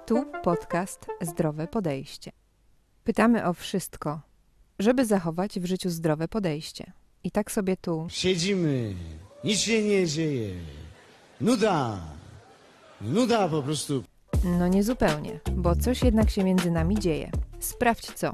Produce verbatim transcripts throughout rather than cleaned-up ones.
Tu podcast Zdrowe Podejście. Pytamy o wszystko, żeby zachować w życiu zdrowe podejście. I tak sobie tu siedzimy, nic się nie dzieje, nuda, nuda po prostu. No nie zupełnie, bo coś jednak się między nami dzieje. Sprawdź co.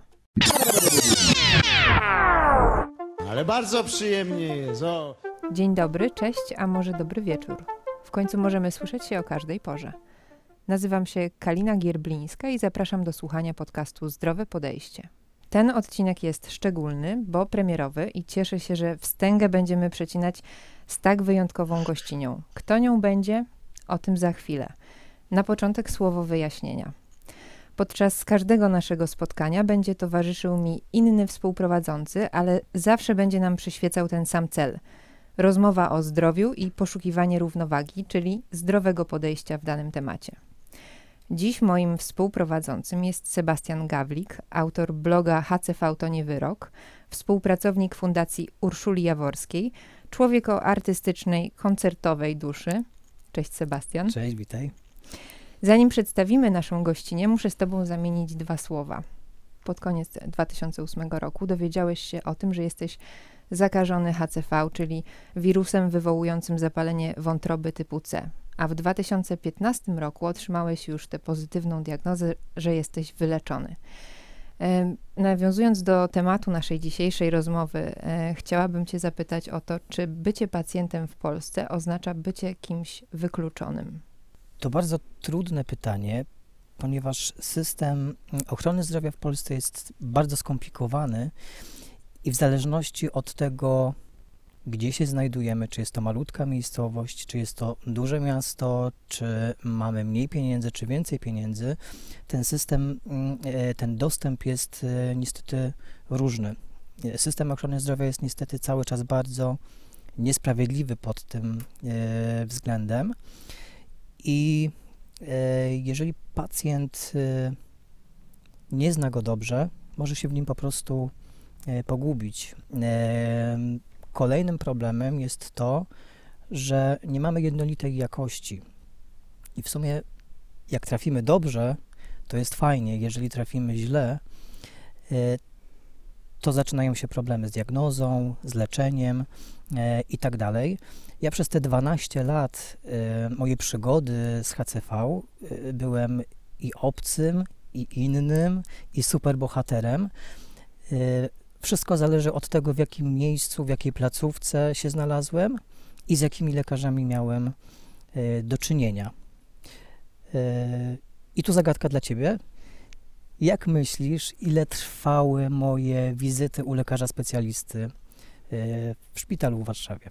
Ale bardzo przyjemnie jest, o. Dzień dobry, cześć, a może dobry wieczór. W końcu możemy słyszeć się o każdej porze. Nazywam się Kalina Gierblińska i zapraszam do słuchania podcastu Zdrowe Podejście. Ten odcinek jest szczególny, bo premierowy i cieszę się, że wstęgę będziemy przecinać z tak wyjątkową gościnią. Kto nią będzie? O tym za chwilę. Na początek słowo wyjaśnienia. Podczas każdego naszego spotkania będzie towarzyszył mi inny współprowadzący, ale zawsze będzie nam przyświecał ten sam cel. Rozmowa o zdrowiu i poszukiwanie równowagi, czyli zdrowego podejścia w danym temacie. Dziś moim współprowadzącym jest Sebastian Gawlik, autor bloga H C V to nie wyrok, współpracownik Fundacji Urszuli Jaworskiej, człowiek o artystycznej, koncertowej duszy. Cześć Sebastian. Cześć, witaj. Zanim przedstawimy naszą gościnę, muszę z tobą zamienić dwa słowa. Pod koniec dwa tysiące ósmego roku dowiedziałeś się o tym, że jesteś zakażony H C V, czyli wirusem wywołującym zapalenie wątroby typu C. A w dwa tysiące piętnastym roku otrzymałeś już tę pozytywną diagnozę, że jesteś wyleczony. E, nawiązując do tematu naszej dzisiejszej rozmowy, e, chciałabym cię zapytać o to, czy bycie pacjentem w Polsce oznacza bycie kimś wykluczonym? To bardzo trudne pytanie, ponieważ system ochrony zdrowia w Polsce jest bardzo skomplikowany i w zależności od tego, gdzie się znajdujemy, czy jest to malutka miejscowość, czy jest to duże miasto, czy mamy mniej pieniędzy, czy więcej pieniędzy, ten system, ten dostęp jest niestety różny. System ochrony zdrowia jest niestety cały czas bardzo niesprawiedliwy pod tym względem i jeżeli pacjent nie zna go dobrze, może się w nim po prostu pogubić. Kolejnym problemem jest to, że nie mamy jednolitej jakości. I w sumie jak trafimy dobrze, to jest fajnie. Jeżeli trafimy źle, to zaczynają się problemy z diagnozą, z leczeniem i tak dalej. Ja przez te dwanaście lat mojej przygody z H C V byłem i obcym, i innym, i superbohaterem. Wszystko zależy od tego, w jakim miejscu, w jakiej placówce się znalazłem i z jakimi lekarzami miałem y, do czynienia. Y, I tu zagadka dla ciebie. Jak myślisz, ile trwały moje wizyty u lekarza specjalisty y, w szpitalu w Warszawie?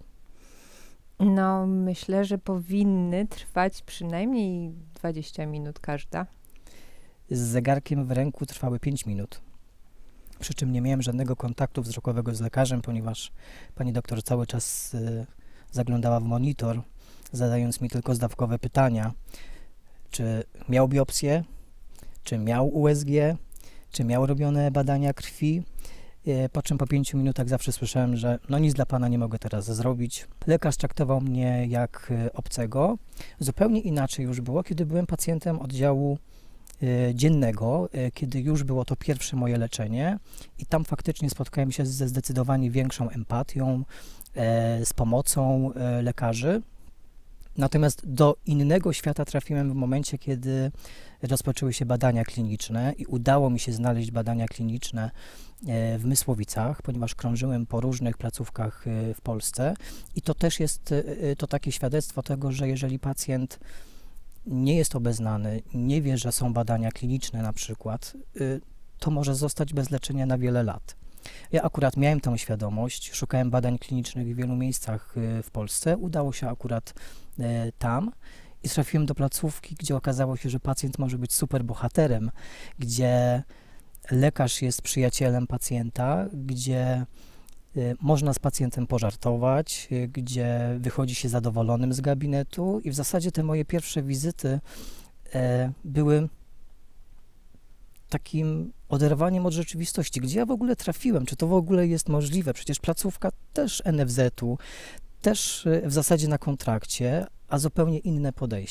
No, myślę, że powinny trwać przynajmniej dwadzieścia minut każda. Z zegarkiem w ręku trwały pięć minut. Przy czym nie miałem żadnego kontaktu wzrokowego z lekarzem, ponieważ pani doktor cały czas y, zaglądała w monitor, zadając mi tylko zdawkowe pytania. Czy miał biopsję, czy miał U S G, czy miał robione badania krwi, y, po czym po pięciu minutach zawsze słyszałem, że no nic dla pana nie mogę teraz zrobić. Lekarz traktował mnie jak y, obcego. Zupełnie inaczej już było, kiedy byłem pacjentem oddziału dziennego, kiedy już było to pierwsze moje leczenie i tam faktycznie spotkałem się ze zdecydowanie większą empatią, z pomocą lekarzy. Natomiast do innego świata trafiłem w momencie, kiedy rozpoczęły się badania kliniczne i udało mi się znaleźć badania kliniczne w Mysłowicach, ponieważ krążyłem po różnych placówkach w Polsce i to też jest to takie świadectwo tego, że jeżeli pacjent nie jest obeznany, nie wie, że są badania kliniczne na przykład, to może zostać bez leczenia na wiele lat. Ja akurat miałem tę świadomość, szukałem badań klinicznych w wielu miejscach w Polsce, udało się akurat tam i trafiłem do placówki, gdzie okazało się, że pacjent może być super bohaterem, gdzie lekarz jest przyjacielem pacjenta, gdzie można z pacjentem pożartować, gdzie wychodzi się zadowolonym z gabinetu i w zasadzie te moje pierwsze wizyty e, były takim oderwaniem od rzeczywistości. Gdzie ja w ogóle trafiłem? Czy to w ogóle jest możliwe? Przecież placówka też N F Z u, też w zasadzie na kontrakcie, a zupełnie inne podejście.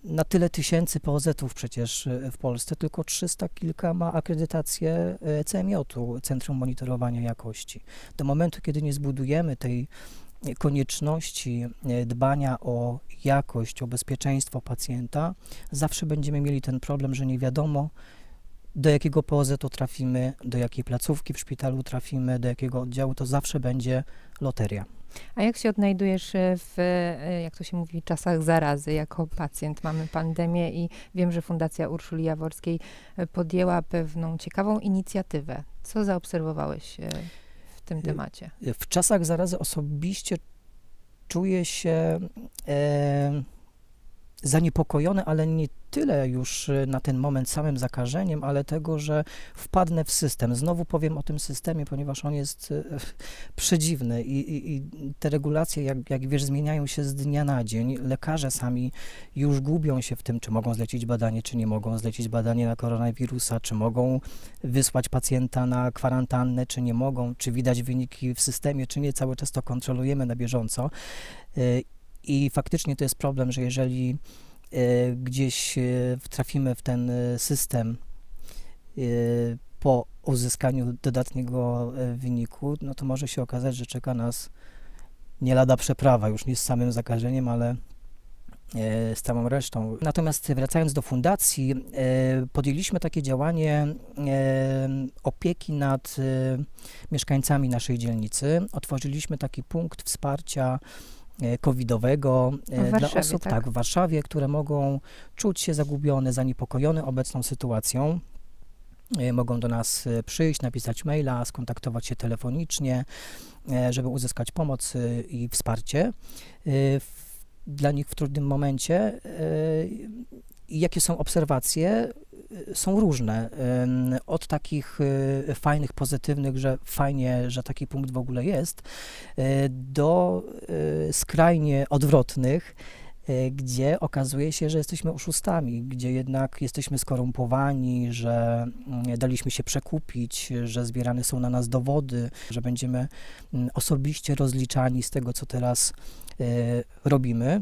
na tyle tysięcy P O Z-ów przecież w Polsce, tylko trzysta kilka ma akredytację C M J-u, Centrum Monitorowania Jakości. Do momentu, kiedy nie zbudujemy tej konieczności dbania o jakość, o bezpieczeństwo pacjenta, zawsze będziemy mieli ten problem, że nie wiadomo, do jakiego P O Z-u trafimy, do jakiej placówki w szpitalu trafimy, do jakiego oddziału, to zawsze będzie loteria. A jak się odnajdujesz w, jak to się mówi, czasach zarazy jako pacjent? Mamy pandemię i wiem, że Fundacja Urszuli Jaworskiej podjęła pewną ciekawą inicjatywę. Co zaobserwowałeś w tym temacie? W czasach zarazy osobiście czuję się e, zaniepokojony, ale nie tyle już na ten moment samym zakażeniem, ale tego, że wpadnę w system. Znowu powiem o tym systemie, ponieważ on jest e, przedziwny i, i, i te regulacje, jak, jak wiesz, zmieniają się z dnia na dzień. Lekarze sami już gubią się w tym, czy mogą zlecić badanie, czy nie mogą zlecić badanie na koronawirusa, czy mogą wysłać pacjenta na kwarantannę, czy nie mogą, czy widać wyniki w systemie, czy nie. Cały czas to kontrolujemy na bieżąco. E, I faktycznie to jest problem, że jeżeli e, gdzieś e, trafimy w ten e, system e, po uzyskaniu dodatniego e, wyniku, no to może się okazać, że czeka nas nie lada przeprawa, już nie z samym zakażeniem, ale e, z całą resztą. Natomiast wracając do fundacji, e, podjęliśmy takie działanie e, opieki nad e, mieszkańcami naszej dzielnicy. Otworzyliśmy taki punkt wsparcia covidowego dla osób tak? tak, w Warszawie, które mogą czuć się zagubione, zaniepokojone obecną sytuacją. Mogą do nas przyjść, napisać maila, skontaktować się telefonicznie, żeby uzyskać pomoc i wsparcie dla nich w trudnym momencie. I jakie są obserwacje? Są różne. Od takich fajnych, pozytywnych, że fajnie, że taki punkt w ogóle jest, do skrajnie odwrotnych, gdzie okazuje się, że jesteśmy oszustami, gdzie jednak jesteśmy skorumpowani, że daliśmy się przekupić, że zbierane są na nas dowody, że będziemy osobiście rozliczani z tego, co teraz robimy.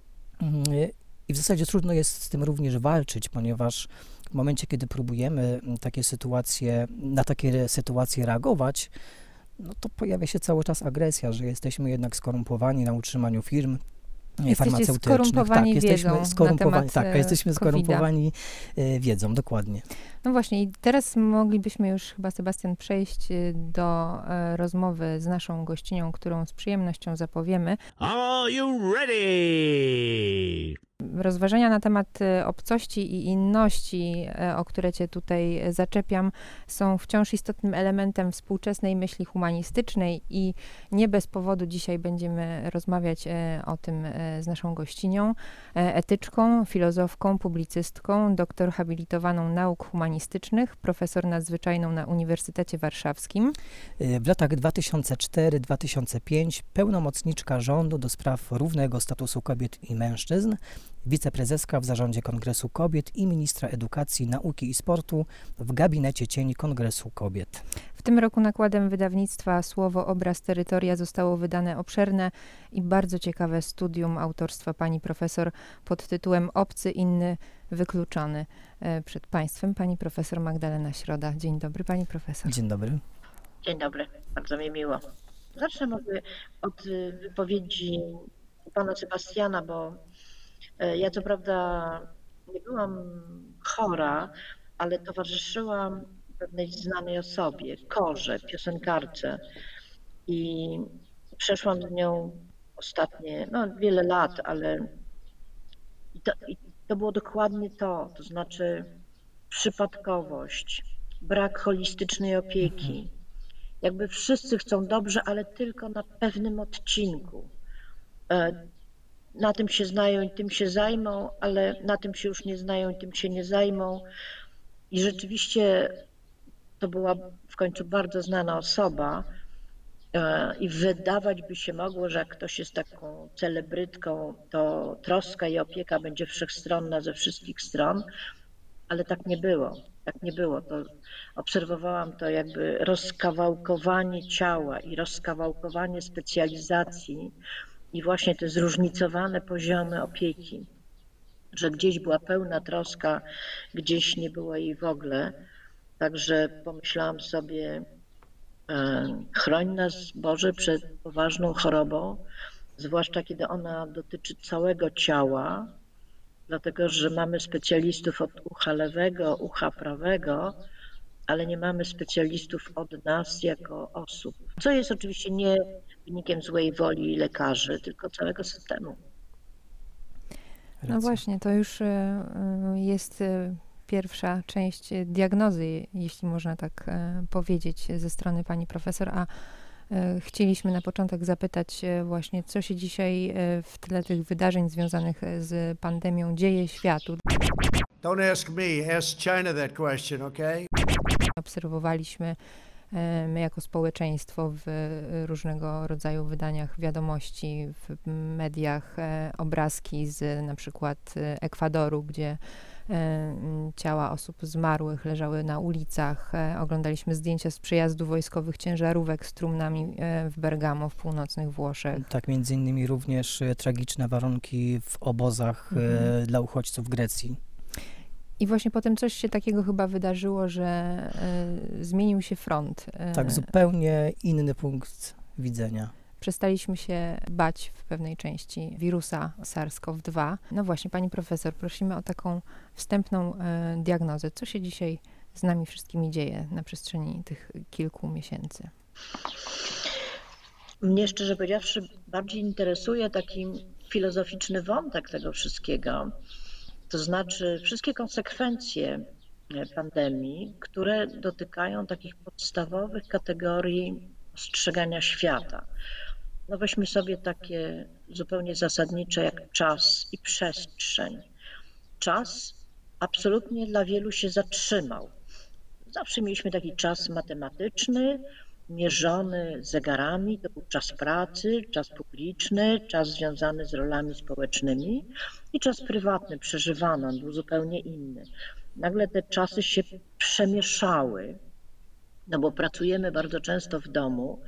I w zasadzie trudno jest z tym również walczyć, ponieważ w momencie, kiedy próbujemy takie sytuacje, na takie sytuacje reagować, no to pojawia się cały czas agresja, że jesteśmy jednak skorumpowani na utrzymaniu firm farmaceutycznych. Skorumpowani tak, wiedzą jesteśmy skorumpowani, na temat tak, jesteśmy kowida. skorumpowani wiedzą, dokładnie. No właśnie, i teraz moglibyśmy już chyba, Sebastian, przejść do e, rozmowy z naszą gościnią, którą z przyjemnością zapowiemy. Are you ready? Rozważania na temat obcości i inności, o które cię tutaj zaczepiam, są wciąż istotnym elementem współczesnej myśli humanistycznej i nie bez powodu dzisiaj będziemy rozmawiać o tym z naszą gościnią, etyczką, filozofką, publicystką, doktor habilitowaną nauk humanistycznych, profesor nadzwyczajną na Uniwersytecie Warszawskim. W latach dwa tysiące czwarty do dwa tysiące piątego pełnomocniczka rządu do spraw równego statusu kobiet i mężczyzn, wiceprezeska w zarządzie Kongresu Kobiet i ministra edukacji, nauki i sportu w gabinecie cieni Kongresu Kobiet. W tym roku nakładem wydawnictwa Słowo, Obraz, Terytoria zostało wydane obszerne i bardzo ciekawe studium autorstwa pani profesor pod tytułem Obcy, inny, wykluczony. Przed państwem pani profesor Magdalena Środa. Dzień dobry, pani profesor. Dzień dobry. Dzień dobry, bardzo mi miło. Zacznę może od wypowiedzi pana Sebastiana, bo ja co prawda nie byłam chora, ale towarzyszyłam pewnej znanej osobie, Korze, piosenkarce, i przeszłam z nią ostatnie, no wiele lat, ale i to, i to było dokładnie to, to znaczy przypadkowość, brak holistycznej opieki. Jakby wszyscy chcą dobrze, ale tylko na pewnym odcinku. Na tym się znają i tym się zajmą, ale na tym się już nie znają i tym się nie zajmą. I rzeczywiście to była w końcu bardzo znana osoba i wydawać by się mogło, że jak ktoś jest taką celebrytką, to troska i opieka będzie wszechstronna ze wszystkich stron, ale tak nie było. Tak nie było. To obserwowałam to jakby rozkawałkowanie ciała i rozkawałkowanie specjalizacji i właśnie te zróżnicowane poziomy opieki. że gdzieś była pełna troska, gdzieś nie było jej w ogóle. Także pomyślałam sobie, chroń nas Boże przed poważną chorobą, zwłaszcza kiedy ona dotyczy całego ciała, dlatego że mamy specjalistów od ucha lewego, ucha prawego, ale nie mamy specjalistów od nas jako osób, co jest oczywiście nie wynikiem złej woli lekarzy, tylko całego systemu. No właśnie, to już jest pierwsza część diagnozy, jeśli można tak powiedzieć, ze strony pani profesor, a chcieliśmy na początek zapytać właśnie, co się dzisiaj w tle tych wydarzeń związanych z pandemią dzieje światu. Don't ask me, ask China that question, okay? Obserwowaliśmy my jako społeczeństwo w różnego rodzaju wydaniach wiadomości, w mediach obrazki z na przykład Ekwadoru, gdzie ciała osób zmarłych leżały na ulicach. Oglądaliśmy zdjęcia z przejazdu wojskowych ciężarówek z trumnami w Bergamo, w północnych Włoszech. Tak, między innymi również tragiczne warunki w obozach mhm. dla uchodźców w Grecji. I właśnie potem coś się takiego chyba wydarzyło, że y, zmienił się front. Tak, zupełnie inny punkt widzenia. Przestaliśmy się bać w pewnej części wirusa SARS-CoV dwa. No właśnie, pani profesor, prosimy o taką wstępną y, diagnozę. Co się dzisiaj z nami wszystkimi dzieje na przestrzeni tych kilku miesięcy? Mnie, szczerze powiedziawszy, bardziej interesuje taki filozoficzny wątek tego wszystkiego. To znaczy wszystkie konsekwencje pandemii, które dotykają takich podstawowych kategorii postrzegania świata. No weźmy sobie takie zupełnie zasadnicze jak czas i przestrzeń. Czas absolutnie dla wielu się zatrzymał. Zawsze mieliśmy taki czas matematyczny, mierzony zegarami, to był czas pracy, czas publiczny, czas związany z rolami społecznymi i czas prywatny, przeżywany, on był zupełnie inny. Nagle te czasy się przemieszały, no bo pracujemy bardzo często w domu,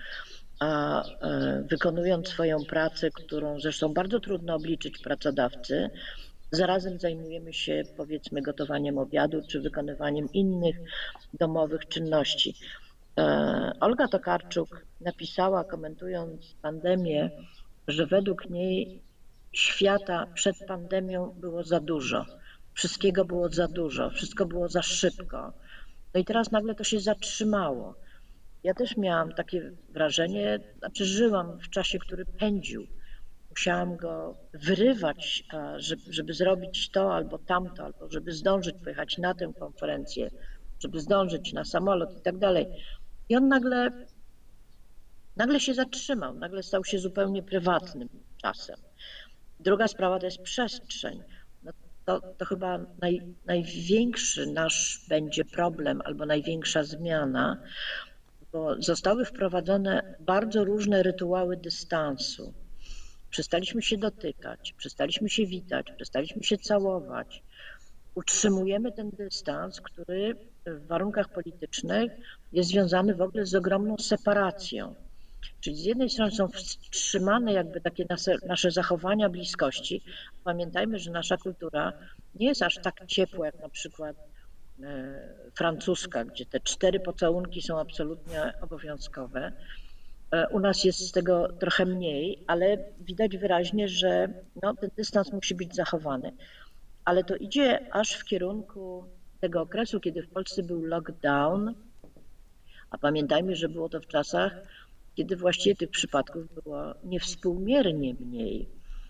a wykonując swoją pracę, którą zresztą bardzo trudno obliczyć pracodawcy, zarazem zajmujemy się powiedzmy gotowaniem obiadu czy wykonywaniem innych domowych czynności. Olga Tokarczuk napisała, komentując pandemię, że według niej świata przed pandemią było za dużo. Wszystkiego było za dużo, wszystko było za szybko. No i teraz nagle to się zatrzymało. Ja też miałam takie wrażenie, znaczy żyłam w czasie, który pędził. Musiałam go wyrywać, żeby, żeby zrobić to albo tamto, albo żeby zdążyć pojechać na tę konferencję, żeby zdążyć na samolot i tak dalej. I on nagle, nagle się zatrzymał, nagle stał się zupełnie prywatnym czasem. Druga sprawa to jest przestrzeń. No to, to chyba naj, największy nasz będzie problem albo największa zmiana, bo zostały wprowadzone bardzo różne rytuały dystansu. Przestaliśmy się dotykać, przestaliśmy się witać, przestaliśmy się całować. Utrzymujemy ten dystans, który w warunkach politycznych jest związany w ogóle z ogromną separacją. Czyli z jednej strony są wstrzymane jakby takie nasze, nasze zachowania bliskości. Pamiętajmy, że nasza kultura nie jest aż tak ciepła jak na przykład e, francuska, gdzie te cztery pocałunki są absolutnie obowiązkowe. E, u nas jest z tego trochę mniej, ale widać wyraźnie, że no, ten dystans musi być zachowany. Ale to idzie aż w kierunku tego okresu, kiedy w Polsce był lockdown, a pamiętajmy, że było to w czasach, kiedy właściwie tych przypadków było niewspółmiernie mniej.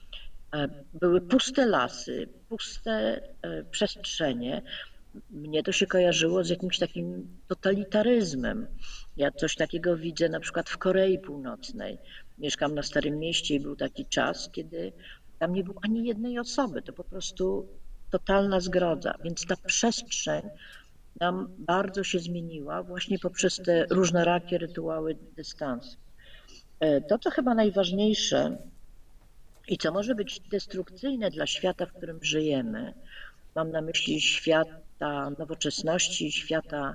Były puste lasy, puste przestrzenie. Mnie to się kojarzyło z jakimś takim totalitaryzmem. Ja coś takiego widzę na przykład w Korei Północnej. Mieszkam na Starym Mieście i był taki czas, kiedy tam nie było ani jednej osoby, to po prostu totalna zgroza, więc ta przestrzeń nam bardzo się zmieniła właśnie poprzez te różnorakie rytuały dystansu. To, co chyba najważniejsze i co może być destrukcyjne dla świata, w którym żyjemy, mam na myśli świata nowoczesności, świata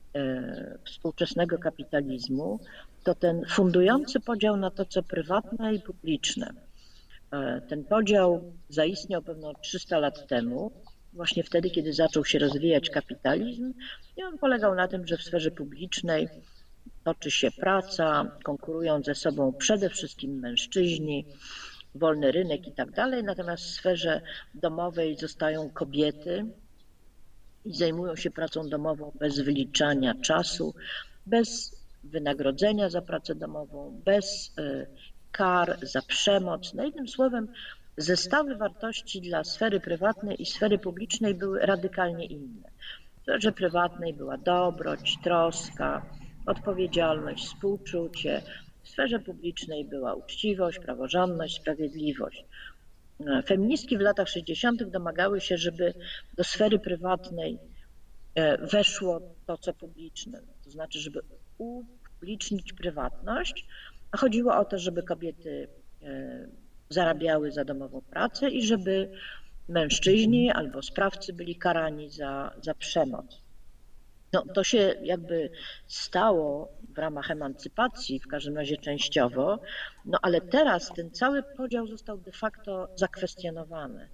e, współczesnego kapitalizmu, to ten fundujący podział na to, co prywatne i publiczne. Ten podział zaistniał pewno trzysta lat temu, właśnie wtedy, kiedy zaczął się rozwijać kapitalizm i on polegał na tym, że w sferze publicznej toczy się praca, konkurują ze sobą przede wszystkim mężczyźni, wolny rynek i tak dalej, natomiast w sferze domowej zostają kobiety i zajmują się pracą domową bez wyliczania czasu, bez wynagrodzenia za pracę domową, bez kar za przemoc. No jednym słowem, zestawy wartości dla sfery prywatnej i sfery publicznej były radykalnie inne. W sferze prywatnej była dobroć, troska, odpowiedzialność, współczucie. W sferze publicznej była uczciwość, praworządność, sprawiedliwość. Feministki w latach sześćdziesiątych domagały się, żeby do sfery prywatnej weszło to, co publiczne, to znaczy, żeby upublicznić prywatność, a chodziło o to, żeby kobiety zarabiały za domową pracę i żeby mężczyźni albo sprawcy byli karani za, za przemoc. No, to się jakby stało w ramach emancypacji, w każdym razie częściowo, no ale teraz ten cały podział został de facto zakwestionowany,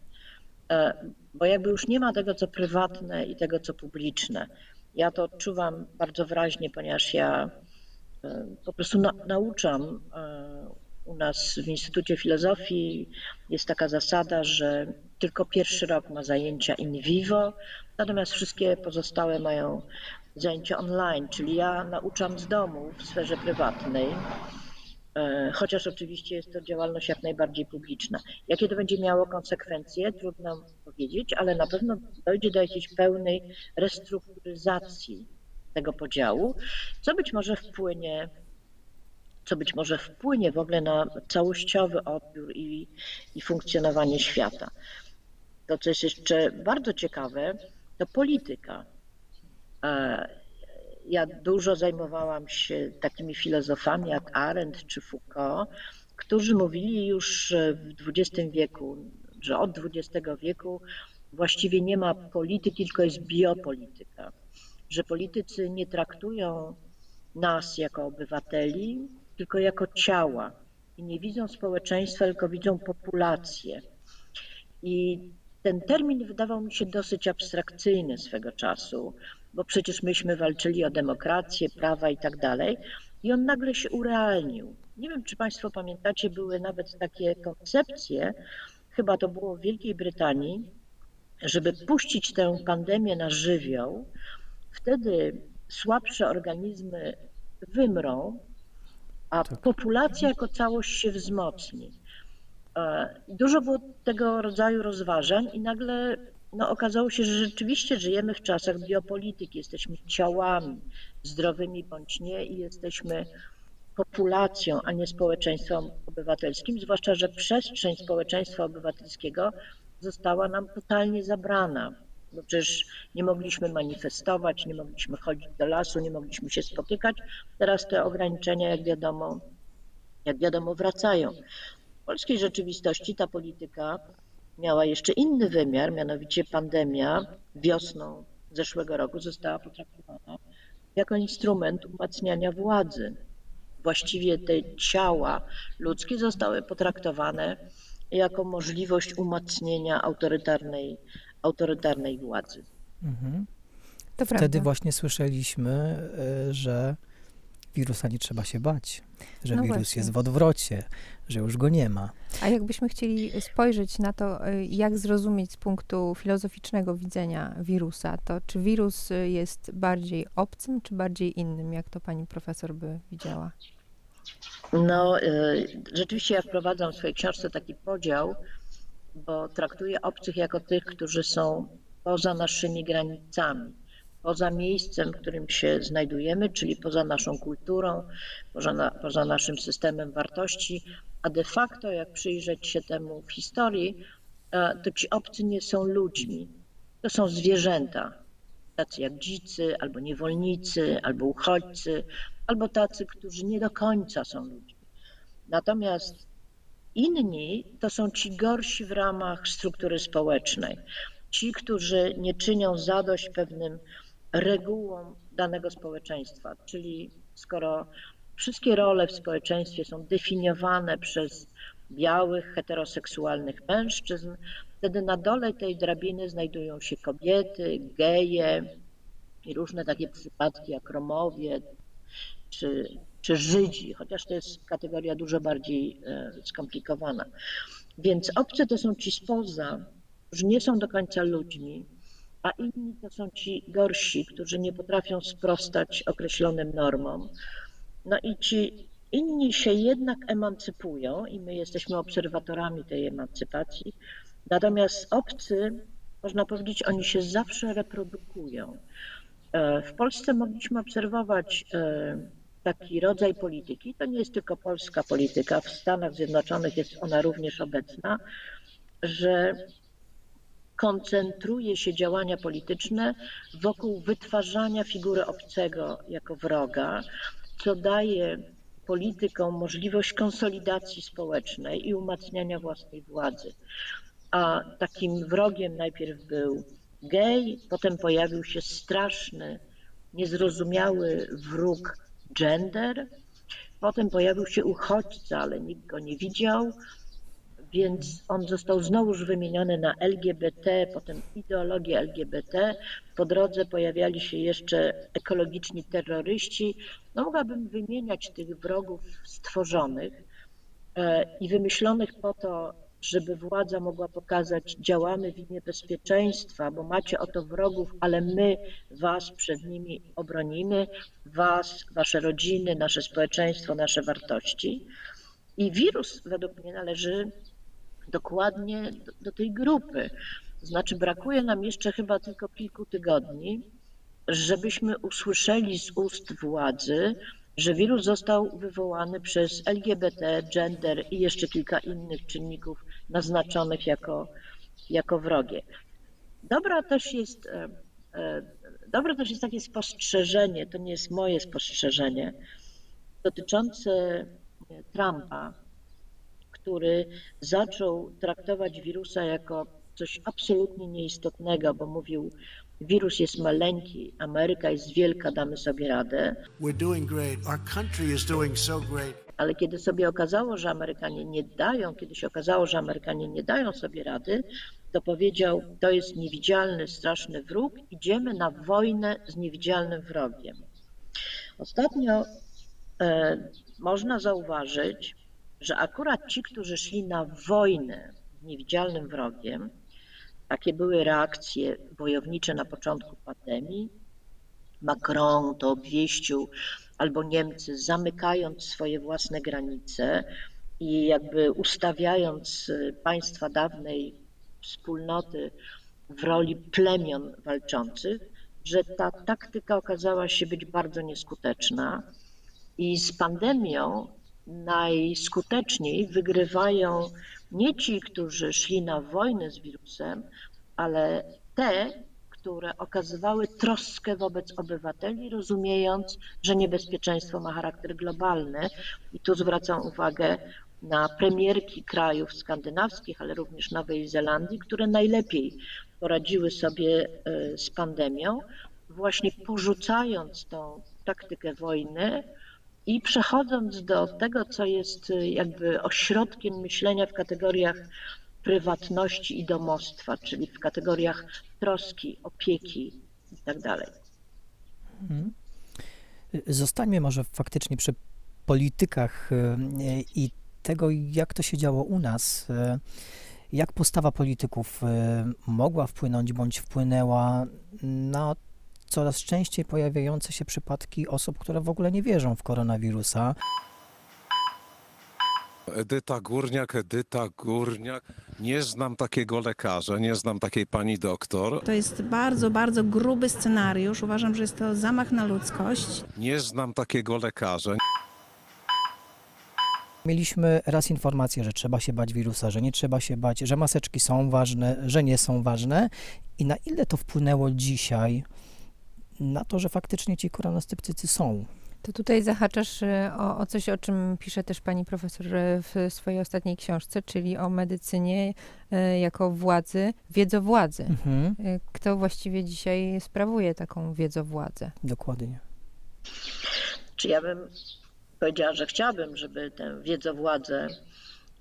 bo jakby już nie ma tego, co prywatne i tego, co publiczne. Ja to odczuwam bardzo wyraźnie, ponieważ ja po prostu na, nauczam. U nas w Instytucie Filozofii jest taka zasada, że tylko pierwszy rok ma zajęcia in vivo, natomiast wszystkie pozostałe mają zajęcia online, czyli ja nauczam z domu w sferze prywatnej, chociaż oczywiście jest to działalność jak najbardziej publiczna. Jakie to będzie miało konsekwencje, trudno powiedzieć, ale na pewno dojdzie do jakiejś pełnej restrukturyzacji tego podziału, co być może wpłynie co być może wpłynie w ogóle na całościowy odbiór i, i funkcjonowanie świata. To, co jest jeszcze bardzo ciekawe, to polityka. Ja dużo zajmowałam się takimi filozofami jak Arendt czy Foucault, którzy mówili już w dwudziestym wieku, że od dwudziestego wieku właściwie nie ma polityki, tylko jest biopolityka. Że politycy nie traktują nas jako obywateli, tylko jako ciała i nie widzą społeczeństwa, tylko widzą populację. I ten termin wydawał mi się dosyć abstrakcyjny swego czasu, bo przecież myśmy walczyli o demokrację, prawa i tak dalej i on nagle się urealnił. Nie wiem, czy Państwo pamiętacie, były nawet takie koncepcje, chyba to było w Wielkiej Brytanii, żeby puścić tę pandemię na żywioł, wtedy słabsze organizmy wymrą, a populacja jako całość się wzmocni. Dużo było tego rodzaju rozważań i nagle no, okazało się, że rzeczywiście żyjemy w czasach biopolityki, jesteśmy ciałami zdrowymi bądź nie i jesteśmy populacją, a nie społeczeństwem obywatelskim, zwłaszcza, że przestrzeń społeczeństwa obywatelskiego została nam totalnie zabrana. Bo przecież nie mogliśmy manifestować, nie mogliśmy chodzić do lasu, nie mogliśmy się spotykać. Teraz te ograniczenia, jak wiadomo, jak wiadomo, wracają. W polskiej rzeczywistości ta polityka miała jeszcze inny wymiar, mianowicie pandemia wiosną zeszłego roku została potraktowana jako instrument umacniania władzy. Właściwie te ciała ludzkie zostały potraktowane jako możliwość umacnienia autorytarnej autorytarnej władzy. Mhm. To Wtedy prawda. właśnie słyszeliśmy, że wirusa nie trzeba się bać, że No wirus właśnie. jest w odwrocie, że już go nie ma. A jakbyśmy chcieli spojrzeć na to, jak zrozumieć z punktu filozoficznego widzenia wirusa, to czy wirus jest bardziej obcym, czy bardziej innym, jak to pani profesor by widziała? No, rzeczywiście ja wprowadzam w swojej książce taki podział, bo traktuję obcych jako tych, którzy są poza naszymi granicami, poza miejscem, w którym się znajdujemy, czyli poza naszą kulturą, poza, na, poza naszym systemem wartości, a de facto, jak przyjrzeć się temu w historii, to ci obcy nie są ludźmi, to są zwierzęta, tacy jak dzicy, albo niewolnicy, albo uchodźcy, albo tacy, którzy nie do końca są ludźmi. Natomiast inni to są ci gorsi w ramach struktury społecznej, ci, którzy nie czynią zadość pewnym regułom danego społeczeństwa, czyli skoro wszystkie role w społeczeństwie są definiowane przez białych, heteroseksualnych mężczyzn. Wtedy na dole tej drabiny znajdują się kobiety, geje i różne takie przypadki jak Romowie czy, czy Żydzi, chociaż to jest kategoria dużo bardziej skomplikowana. Więc obcy to są ci spoza, którzy nie są do końca ludźmi, a inni to są ci gorsi, którzy nie potrafią sprostać określonym normom. No i ci inni się jednak emancypują i my jesteśmy obserwatorami tej emancypacji, natomiast obcy, można powiedzieć, oni się zawsze reprodukują. W Polsce mogliśmy obserwować taki rodzaj polityki, to nie jest tylko polska polityka, w Stanach Zjednoczonych jest ona również obecna, że koncentruje się działania polityczne wokół wytwarzania figury obcego jako wroga, co daje politykom możliwość konsolidacji społecznej i umacniania własnej władzy. A takim wrogiem najpierw był gej, potem pojawił się straszny, niezrozumiały wróg gender, potem pojawił się uchodźca, ale nikt go nie widział, więc on został znowuż wymieniony na L G B T, potem ideologię L G B T. Po drodze pojawiali się jeszcze ekologiczni terroryści. No mogłabym wymieniać tych wrogów stworzonych i wymyślonych po to, żeby władza mogła pokazać, działamy w imię bezpieczeństwa, bo macie oto wrogów, ale my was przed nimi obronimy, was, wasze rodziny, nasze społeczeństwo, nasze wartości. I wirus według mnie należy dokładnie do, do tej grupy. To znaczy brakuje nam jeszcze chyba tylko kilku tygodni, żebyśmy usłyszeli z ust władzy, że wirus został wywołany przez L G B T, gender i jeszcze kilka innych czynników naznaczonych jako, jako wrogie. Dobra też jest, dobre też jest takie spostrzeżenie, to nie jest moje spostrzeżenie, dotyczące Trumpa, który zaczął traktować wirusa jako coś absolutnie nieistotnego, bo mówił, wirus jest maleńki, Ameryka jest wielka, damy sobie radę. We're doing great. Our country is doing so great. Ale kiedy sobie okazało, że Amerykanie nie dają, kiedy się okazało, że Amerykanie nie dają sobie rady, to powiedział, to jest niewidzialny, straszny wróg, idziemy na wojnę z niewidzialnym wrogiem. Ostatnio e, można zauważyć, że akurat ci, którzy szli na wojnę z niewidzialnym wrogiem, takie były reakcje wojownicze na początku pandemii. Macron to obwieścił, albo Niemcy, zamykając swoje własne granice i jakby ustawiając państwa dawnej wspólnoty w roli plemion walczących, że ta taktyka okazała się być bardzo nieskuteczna i z pandemią najskuteczniej wygrywają nie ci, którzy szli na wojnę z wirusem, ale te, które okazywały troskę wobec obywateli, rozumiejąc, że niebezpieczeństwo ma charakter globalny. I tu zwracam uwagę na premierki krajów skandynawskich, ale również Nowej Zelandii, które najlepiej poradziły sobie z pandemią, właśnie porzucając tą taktykę wojny i przechodząc do tego, co jest jakby ośrodkiem myślenia w kategoriach prywatności i domostwa, czyli w kategoriach troski, opieki i tak dalej. Zostańmy może faktycznie przy politykach i tego, jak to się działo u nas. Jak postawa polityków mogła wpłynąć bądź wpłynęła na coraz częściej pojawiające się przypadki osób, które w ogóle nie wierzą w koronawirusa. Edyta Górniak, Edyta Górniak. Nie znam takiego lekarza, nie znam takiej pani doktor. To jest bardzo, bardzo gruby scenariusz. Uważam, że jest to zamach na ludzkość. Nie znam takiego lekarza. Mieliśmy raz informację, że trzeba się bać wirusa, że nie trzeba się bać, że maseczki są ważne, że nie są ważne. I na ile to wpłynęło dzisiaj na to, że faktycznie ci koronasceptycy są? To tutaj zahaczasz o, o coś, o czym pisze też pani profesor w swojej ostatniej książce, czyli o medycynie jako władzy, wiedzowładzy. Mhm. Kto właściwie dzisiaj sprawuje taką wiedzowładzę? Dokładnie. Czy ja bym powiedziała, że chciałabym, żeby tę wiedzowładzę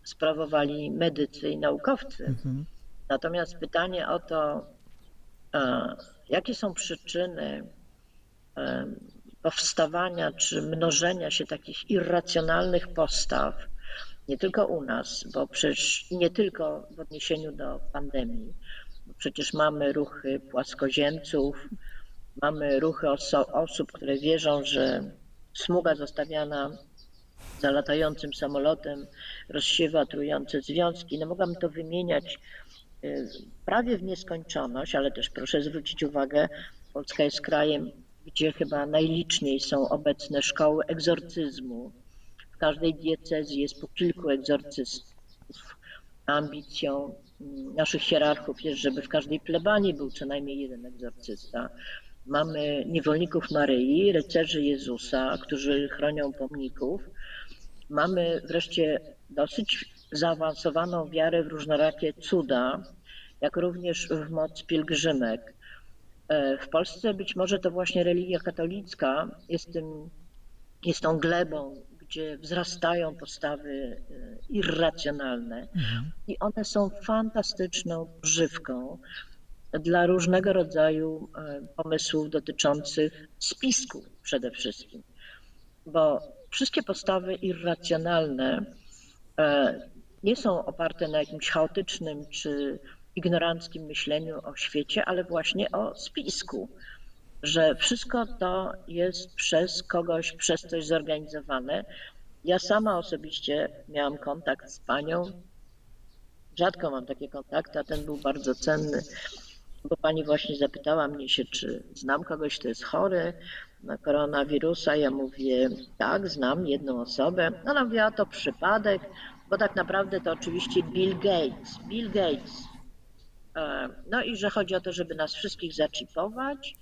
sprawowali medycy i naukowcy. Mhm. Natomiast pytanie o to, e, jakie są przyczyny e, powstawania czy mnożenia się takich irracjonalnych postaw, nie tylko u nas, bo przecież nie tylko w odniesieniu do pandemii, bo przecież mamy ruchy płaskoziemców, mamy ruchy oso- osób, które wierzą, że smuga zostawiana za latającym samolotem rozsiewa trujące związki. No mogłabym to wymieniać y, prawie w nieskończoność, ale też proszę zwrócić uwagę, Polska jest krajem, gdzie chyba najliczniej są obecne szkoły egzorcyzmu. W każdej diecezji jest po kilku egzorcystów. Ambicją mm, naszych hierarchów jest, żeby w każdej plebanii był co najmniej jeden egzorcysta. Mamy niewolników Maryi, rycerzy Jezusa, którzy chronią pomników. Mamy wreszcie dosyć zaawansowaną wiarę w różnorakie cuda, jak również w moc pielgrzymek. W Polsce być może to właśnie religia katolicka jest, tym, jest tą glebą, gdzie wzrastają postawy irracjonalne Mhm. i one są fantastyczną żywką dla różnego rodzaju pomysłów dotyczących spisku przede wszystkim, bo wszystkie postawy irracjonalne nie są oparte na jakimś chaotycznym czy ignoranckim myśleniu o świecie, ale właśnie o spisku, że wszystko to jest przez kogoś, przez coś zorganizowane. Ja sama osobiście miałam kontakt z panią, rzadko mam takie kontakty, a ten był bardzo cenny, bo pani właśnie zapytała mnie się, czy znam kogoś, kto jest chory na koronawirusa. Ja mówię, tak, znam jedną osobę. Ona mówiła, to przypadek, bo tak naprawdę to oczywiście Bill Gates. Bill Gates. No i że chodzi o to, żeby nas wszystkich zaczipować.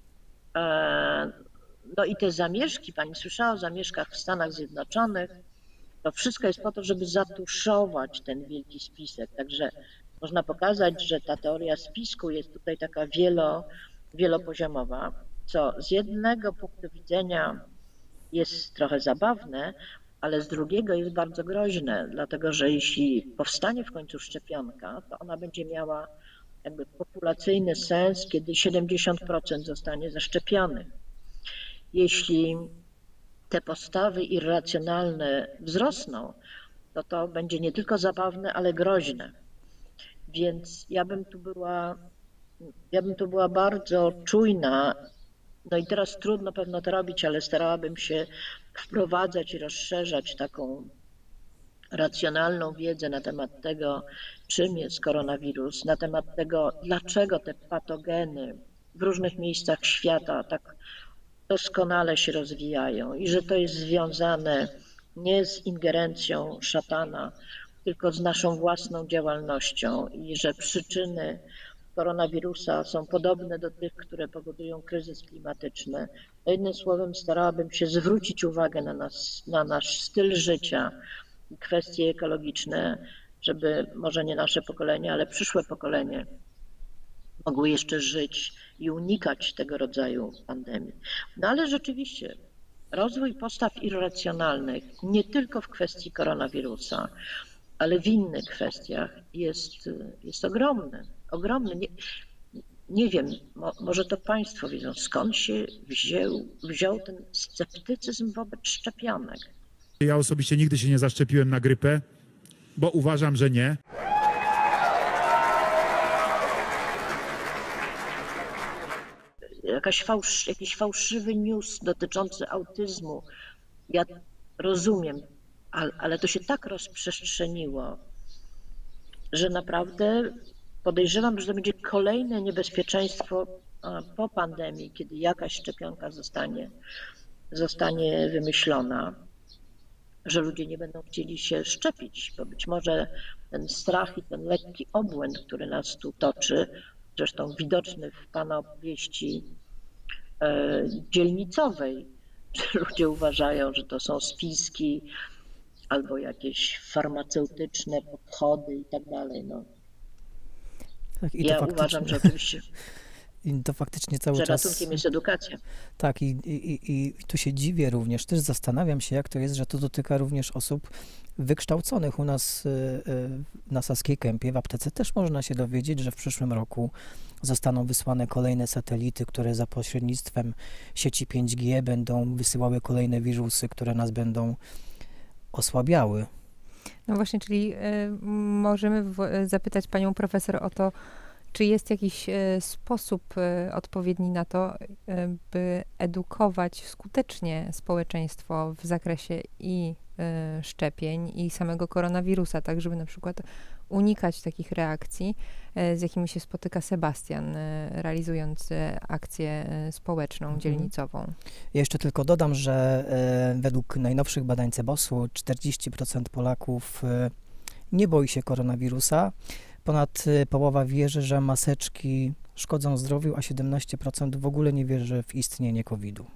No i te zamieszki, pani słyszała o zamieszkach w Stanach Zjednoczonych, to wszystko jest po to, żeby zatuszować ten wielki spisek. Także można pokazać, że ta teoria spisku jest tutaj taka wielo, wielopoziomowa, co z jednego punktu widzenia jest trochę zabawne, ale z drugiego jest bardzo groźne, dlatego że jeśli powstanie w końcu szczepionka, to ona będzie miała jakby populacyjny sens, kiedy siedemdziesiąt procent zostanie zaszczepionych. Jeśli te postawy irracjonalne wzrosną, to to będzie nie tylko zabawne, ale groźne. Więc ja bym tu była, ja bym tu była bardzo czujna. No i teraz trudno pewno to robić, ale starałabym się wprowadzać i rozszerzać taką racjonalną wiedzę na temat tego, czym jest koronawirus, na temat tego, dlaczego te patogeny w różnych miejscach świata tak doskonale się rozwijają i że to jest związane nie z ingerencją szatana, tylko z naszą własną działalnością i że przyczyny koronawirusa są podobne do tych, które powodują kryzys klimatyczny. No jednym słowem starałabym się zwrócić uwagę na, nas, na nasz styl życia i kwestie ekologiczne, żeby może nie nasze pokolenie, ale przyszłe pokolenie mogły jeszcze żyć i unikać tego rodzaju pandemii. No ale rzeczywiście rozwój postaw irracjonalnych nie tylko w kwestii koronawirusa, ale w innych kwestiach jest, jest ogromny. ogromny. Nie, nie wiem, mo, może to państwo wiedzą, skąd się wziął, wziął ten sceptycyzm wobec szczepionek. Ja osobiście nigdy się nie zaszczepiłem na grypę, bo uważam, że nie. Jakaś fałsz, jakiś fałszywy news dotyczący autyzmu. Ja rozumiem, ale, ale to się tak rozprzestrzeniło, że naprawdę podejrzewam, że to będzie kolejne niebezpieczeństwo po pandemii, kiedy jakaś szczepionka zostanie, zostanie wymyślona, że ludzie nie będą chcieli się szczepić, bo być może ten strach i ten lekki obłęd, który nas tu toczy, zresztą widoczny w pana opowieści e, dzielnicowej, że ludzie uważają, że to są spiski albo jakieś farmaceutyczne podchody i tak dalej. No. Tak, i to Ja faktycznie, uważam, że oczywiście... I to faktycznie cały że czas... ratunkiem jest edukacja. Tak, i, i, i tu się dziwię również, też zastanawiam się, jak to jest, że to dotyka również osób wykształconych. U nas y, y, na Saskiej Kępie w aptece też można się dowiedzieć, że w przyszłym roku zostaną wysłane kolejne satelity, które za pośrednictwem sieci pięć G będą wysyłały kolejne wirusy, które nas będą osłabiały. No właśnie, czyli y, możemy w, zapytać panią profesor o to, czy jest jakiś y, sposób y, odpowiedni na to, y, by edukować skutecznie społeczeństwo w zakresie i y, szczepień, i samego koronawirusa, tak żeby na przykład unikać takich reakcji, y, z jakimi się spotyka Sebastian, y, realizując y, akcję y, społeczną, Mhm. dzielnicową. Ja jeszcze tylko dodam, że e, według najnowszych badań Cebosu czterdzieści procent Polaków e, nie boi się koronawirusa. Ponad e, połowa wierzy, że maseczki szkodzą zdrowiu, a siedemnaście procent w ogóle nie wierzy w istnienie kowida.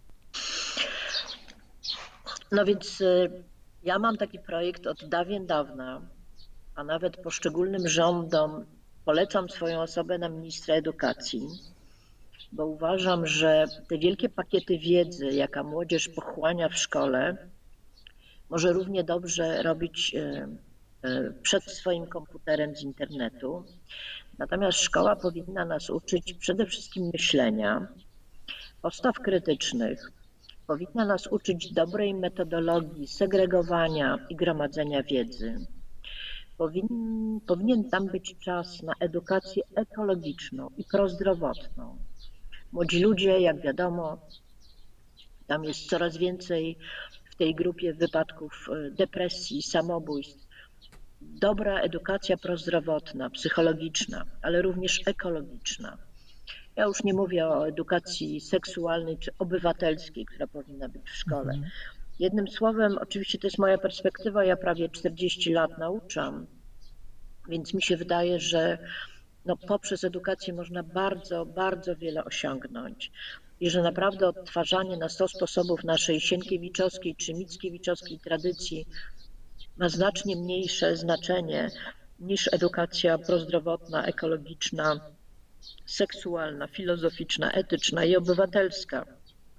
No więc y, ja mam taki projekt od dawien dawna, a nawet poszczególnym rządom polecam swoją osobę na ministra edukacji, bo uważam, że te wielkie pakiety wiedzy, jaka młodzież pochłania w szkole, może równie dobrze robić y, y, przed swoim komputerem z internetu. Natomiast szkoła powinna nas uczyć przede wszystkim myślenia, postaw krytycznych, powinna nas uczyć dobrej metodologii segregowania i gromadzenia wiedzy. Powin, powinien tam być czas na edukację ekologiczną i prozdrowotną. Młodzi ludzie, jak wiadomo, tam jest coraz więcej w tej grupie wypadków depresji, samobójstw. Dobra edukacja prozdrowotna, psychologiczna, ale również ekologiczna. Ja już nie mówię o edukacji seksualnej czy obywatelskiej, która powinna być w szkole. Mhm. Jednym słowem, oczywiście to jest moja perspektywa, ja prawie czterdzieści lat nauczam, więc mi się wydaje, że no, poprzez edukację można bardzo, bardzo wiele osiągnąć i że naprawdę odtwarzanie na sto sposobów naszej sienkiewiczowskiej czy mickiewiczowskiej tradycji ma znacznie mniejsze znaczenie niż edukacja prozdrowotna, ekologiczna, seksualna, filozoficzna, etyczna i obywatelska.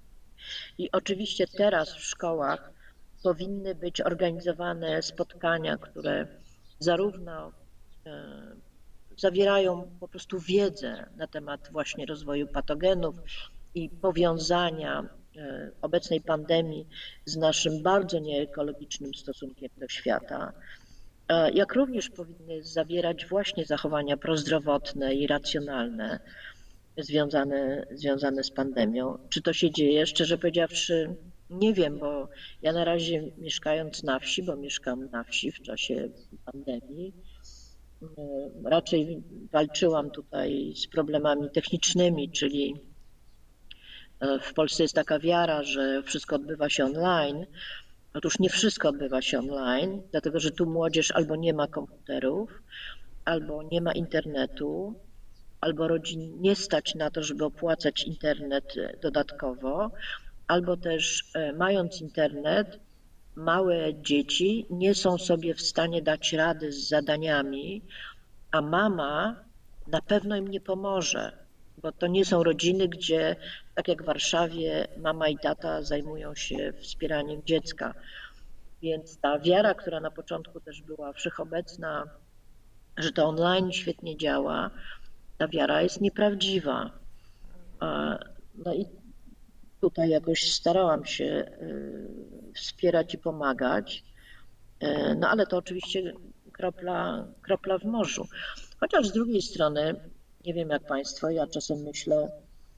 I oczywiście teraz w szkołach powinny być organizowane spotkania, które zarówno e, zawierają po prostu wiedzę na temat właśnie rozwoju patogenów i powiązania e, obecnej pandemii z naszym bardzo nieekologicznym stosunkiem do świata, e, jak również powinny zawierać właśnie zachowania prozdrowotne i racjonalne związane, związane z pandemią. Czy to się dzieje? Szczerze powiedziawszy, nie wiem, bo ja na razie mieszkając na wsi, bo mieszkam na wsi w czasie pandemii, raczej walczyłam tutaj z problemami technicznymi, czyli w Polsce jest taka wiara, że wszystko odbywa się online. Otóż nie wszystko odbywa się online, dlatego że tu młodzież albo nie ma komputerów, albo nie ma internetu, albo rodzin nie stać na to, żeby opłacać internet dodatkowo, albo też mając internet, małe dzieci nie są sobie w stanie dać rady z zadaniami, a mama na pewno im nie pomoże, bo to nie są rodziny, gdzie tak jak w Warszawie mama i tata zajmują się wspieraniem dziecka. Więc ta wiara, która na początku też była wszechobecna, że to online świetnie działa, ta wiara jest nieprawdziwa. No i tutaj jakoś starałam się wspierać i pomagać, no ale to oczywiście kropla, kropla w morzu. Chociaż z drugiej strony, nie wiem jak Państwo, ja czasem myślę,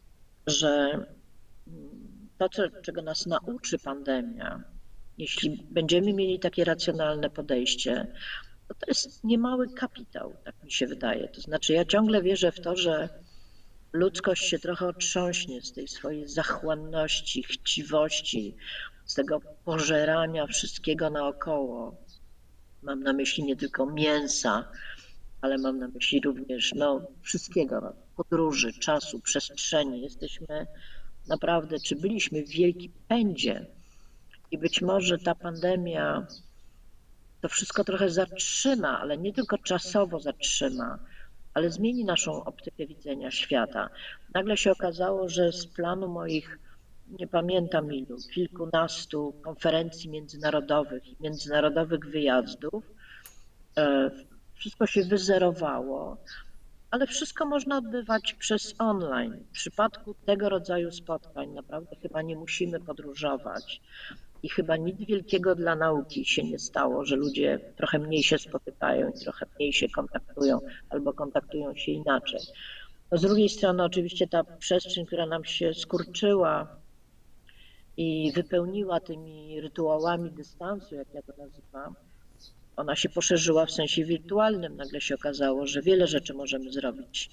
że to, czego nas nauczy pandemia, jeśli będziemy mieli takie racjonalne podejście, to to jest niemały kapitał, tak mi się wydaje. To znaczy ja ciągle wierzę w to, że ludzkość się trochę otrząśnie z tej swojej zachłanności, chciwości, z tego pożerania wszystkiego naokoło. Mam na myśli nie tylko mięsa, ale mam na myśli również no, wszystkiego, podróży, czasu, przestrzeni. Jesteśmy naprawdę, czy byliśmy w wielkim pędzie i być może ta pandemia to wszystko trochę zatrzyma, ale nie tylko czasowo zatrzyma, ale zmieni naszą optykę widzenia świata. Nagle się okazało, że z planu moich, nie pamiętam ilu, kilkunastu konferencji międzynarodowych i międzynarodowych wyjazdów, wszystko się wyzerowało, ale wszystko można odbywać przez online. W przypadku tego rodzaju spotkań naprawdę chyba nie musimy podróżować i chyba nic wielkiego dla nauki się nie stało, że ludzie trochę mniej się spotykają i trochę mniej się kontaktują albo kontaktują się inaczej. No z drugiej strony oczywiście ta przestrzeń, która nam się skurczyła i wypełniła tymi rytuałami dystansu, jak ja to nazywam, ona się poszerzyła w sensie wirtualnym. Nagle się okazało, że wiele rzeczy możemy zrobić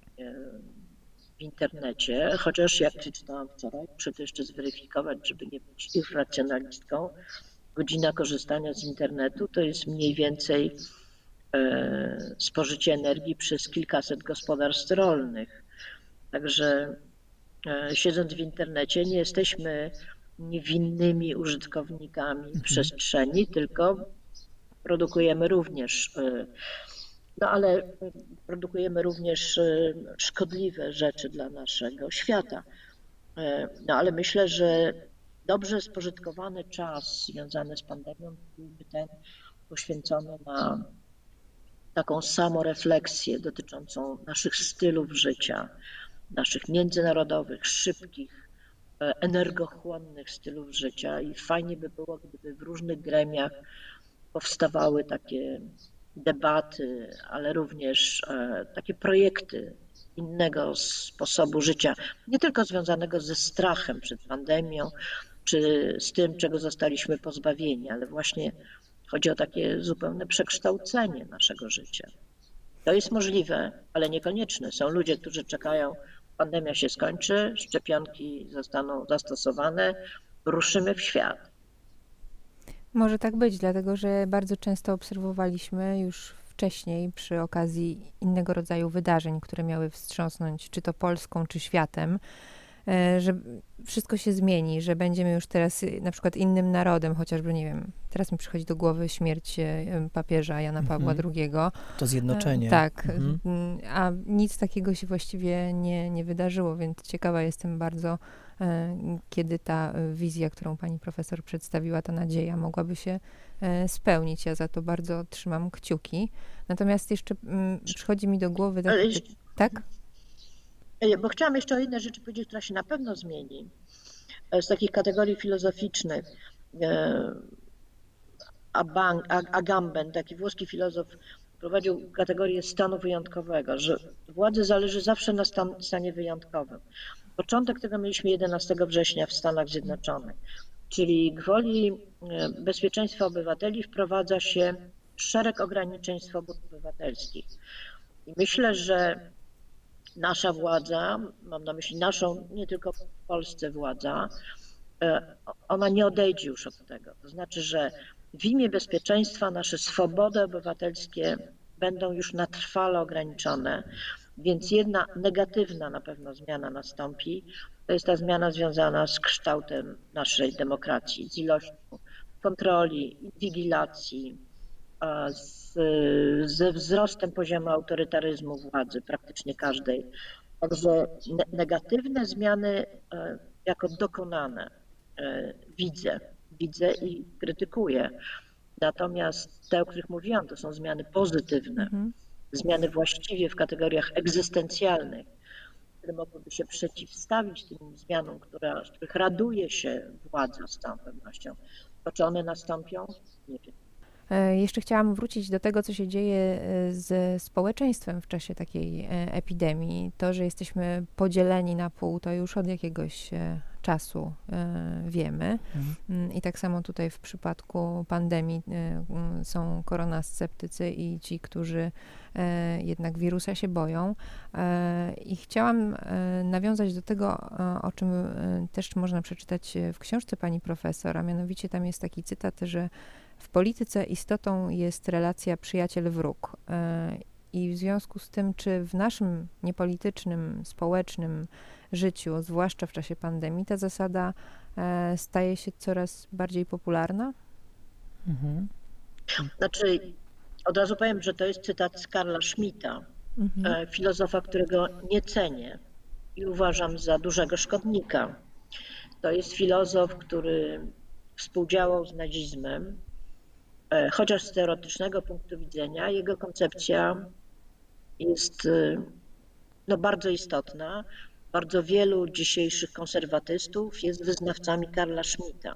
w internecie, chociaż jak przeczytałam wczoraj, muszę to jeszcze zweryfikować, żeby nie być irracjonalistką, godzina korzystania z internetu to jest mniej więcej spożycie energii przez kilkaset gospodarstw rolnych. Także siedząc w internecie nie jesteśmy niewinnymi użytkownikami przestrzeni, tylko produkujemy również, no ale produkujemy również szkodliwe rzeczy dla naszego świata. No ale myślę, że dobrze spożytkowany czas związany z pandemią byłby ten poświęcony na taką samorefleksję dotyczącą naszych stylów życia, naszych międzynarodowych, szybkich, energochłonnych stylów życia i fajnie by było, gdyby w różnych gremiach powstawały takie debaty, ale również takie projekty innego sposobu życia, nie tylko związanego ze strachem przed pandemią, czy z tym, czego zostaliśmy pozbawieni, ale właśnie chodzi o takie zupełne przekształcenie naszego życia. To jest możliwe, ale niekonieczne. Są ludzie, którzy czekają, pandemia się skończy, szczepionki zostaną zastosowane, ruszymy w świat. Może tak być, dlatego że bardzo często obserwowaliśmy już wcześniej przy okazji innego rodzaju wydarzeń, które miały wstrząsnąć czy to Polską, czy światem, że wszystko się zmieni, że będziemy już teraz na przykład innym narodem, chociażby, nie wiem, teraz mi przychodzi do głowy śmierć papieża Jana Pawła Mhm. drugiego. To zjednoczenie. Tak, Mhm. a nic takiego się właściwie nie, nie wydarzyło, więc ciekawa jestem bardzo, kiedy ta wizja, którą pani profesor przedstawiła, ta nadzieja mogłaby się spełnić. Ja za to bardzo trzymam kciuki. Natomiast jeszcze przychodzi mi do głowy... Tak, tak? Bo chciałam jeszcze o jednej rzeczy powiedzieć, która się na pewno zmieni. Z takich kategorii filozoficznych. Agamben, taki włoski filozof, prowadził kategorię stanu wyjątkowego, że władzy zależy zawsze na stan, stanie wyjątkowym. Początek tego mieliśmy jedenastego września w Stanach Zjednoczonych, czyli gwoli bezpieczeństwa obywateli wprowadza się szereg ograniczeń swobód obywatelskich. I myślę, że nasza władza, mam na myśli naszą, nie tylko w Polsce władza, ona nie odejdzie już od tego. To znaczy, że w imię bezpieczeństwa nasze swobody obywatelskie będą już na trwale ograniczone, więc jedna negatywna na pewno zmiana nastąpi. To jest ta zmiana związana z kształtem naszej demokracji, z ilością kontroli, inwigilacji, z, ze wzrostem poziomu autorytaryzmu władzy, praktycznie każdej. Także negatywne zmiany jako dokonane widzę, widzę i krytykuję. Natomiast te, o których mówiłam, to są zmiany pozytywne, mhm. zmiany właściwie w kategoriach egzystencjalnych, które mogłyby się przeciwstawić tym zmianom, które, z których raduje się władza z całą pewnością. To czy one nastąpią? Nie wiem. Jeszcze chciałam wrócić do tego, co się dzieje ze społeczeństwem w czasie takiej epidemii. To, że jesteśmy podzieleni na pół, to już od jakiegoś czasu wiemy. Mhm. I tak samo tutaj w przypadku pandemii są koronasceptycy i ci, którzy jednak wirusa się boją. I chciałam nawiązać do tego, o czym też można przeczytać w książce pani profesor, a mianowicie tam jest taki cytat, że w polityce istotą jest relacja przyjaciel-wróg. I w związku z tym, czy w naszym niepolitycznym, społecznym życiu, zwłaszcza w czasie pandemii, ta zasada staje się coraz bardziej popularna? Mhm. Znaczy, od razu powiem, że to jest cytat z Karla Schmitta, mhm. filozofa, którego nie cenię i uważam za dużego szkodnika. To jest filozof, który współdziałał z nazizmem, chociaż z teoretycznego punktu widzenia jego koncepcja jest no, bardzo istotna. Bardzo wielu dzisiejszych konserwatystów jest wyznawcami Karla Schmitta.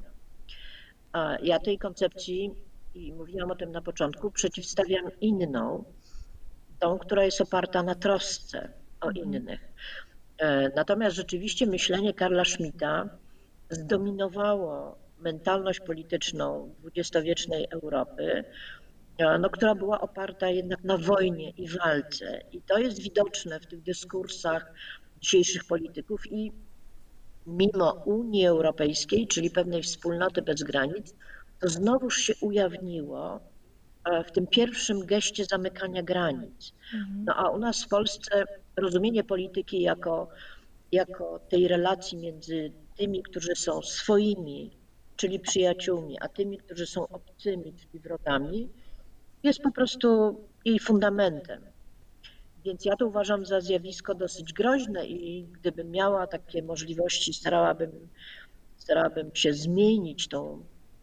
A ja tej koncepcji, i mówiłam o tym na początku, przeciwstawiam inną, tą, która jest oparta na trosce o innych. Natomiast rzeczywiście myślenie Karla Schmitta zdominowało mentalność polityczną dwudziestowiecznej Europy, no, która była oparta jednak na wojnie i walce. I to jest widoczne w tych dyskursach dzisiejszych polityków i mimo Unii Europejskiej, czyli pewnej wspólnoty bez granic, to znowuż się ujawniło w tym pierwszym geście zamykania granic. No a u nas w Polsce rozumienie polityki jako, jako tej relacji między tymi, którzy są swoimi, czyli przyjaciółmi, a tymi, którzy są obcymi, czyli wrogami, jest po prostu jej fundamentem. Więc ja to uważam za zjawisko dosyć groźne i gdybym miała takie możliwości, starałabym, starałabym się zmienić tą,